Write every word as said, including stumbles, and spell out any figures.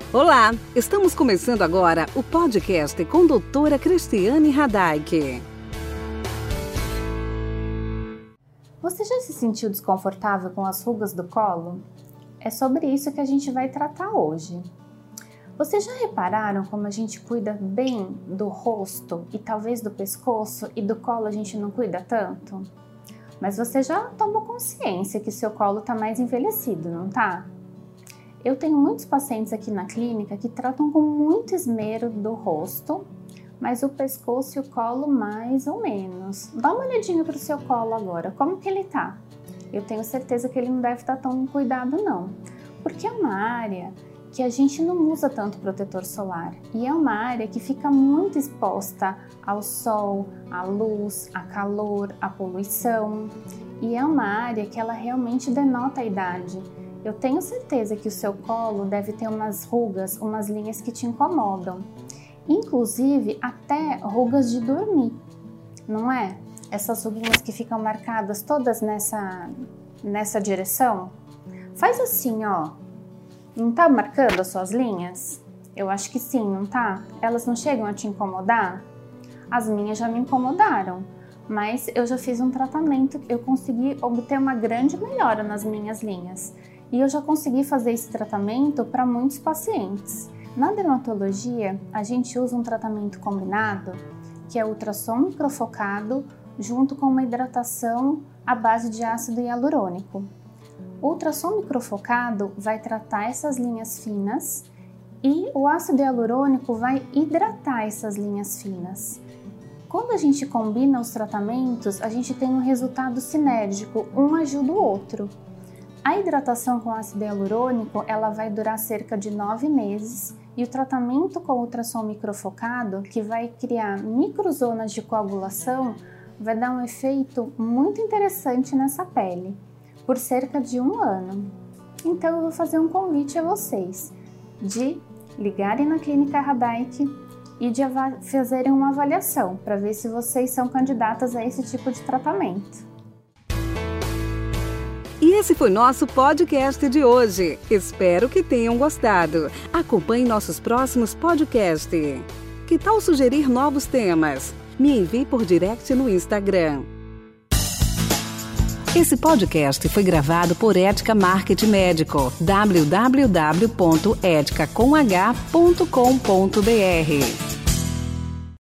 Olá, estamos começando agora o podcast com doutora Cristiane Radaik. Você já se sentiu desconfortável com as rugas do colo? É sobre isso que a gente vai tratar hoje. Vocês já repararam como a gente cuida bem do rosto e talvez do pescoço e do colo a gente não cuida tanto? Mas você já tomou consciência que seu colo está mais envelhecido, não tá? Eu tenho muitos pacientes aqui na clínica que tratam com muito esmero do rosto, mas o pescoço e o colo mais ou menos. Dá uma olhadinha para o seu colo agora, como que ele tá? Eu tenho certeza que ele não deve estar tão cuidado não, porque é uma área que a gente não usa tanto protetor solar e é uma área que fica muito exposta ao sol, à luz, a calor, à poluição e é uma área que ela realmente denota a idade. Eu tenho certeza que o seu colo deve ter umas rugas, umas linhas que te incomodam. Inclusive até rugas de dormir, não é? Essas ruguinhas que ficam marcadas todas nessa, nessa direção. Faz assim, ó. Não tá marcando as suas linhas? Eu acho que sim, não tá? Elas não chegam a te incomodar? As minhas já me incomodaram. Mas eu já fiz um tratamento, eu consegui obter uma grande melhora nas minhas linhas. E eu já consegui fazer esse tratamento para muitos pacientes. Na dermatologia, a gente usa um tratamento combinado, que é ultrassom microfocado, junto com uma hidratação à base de ácido hialurônico. O ultrassom microfocado vai tratar essas linhas finas e o ácido hialurônico vai hidratar essas linhas finas. Quando a gente combina os tratamentos, a gente tem um resultado sinérgico, um ajuda o outro. A hidratação com ácido hialurônico ela vai durar cerca de nove meses e o tratamento com ultrassom microfocado, que vai criar microzonas de coagulação, vai dar um efeito muito interessante nessa pele, por cerca de um ano. Então eu vou fazer um convite a vocês de ligarem na Clínica Radaik e de fazerem uma avaliação para ver se vocês são candidatas a esse tipo de tratamento. E esse foi nosso podcast de hoje. Espero que tenham gostado. Acompanhe nossos próximos podcasts. Que tal sugerir novos temas? Me envie por direct no Instagram. Esse podcast foi gravado por Ética Marketing Médico. w w w ponto ética com h ponto com ponto b r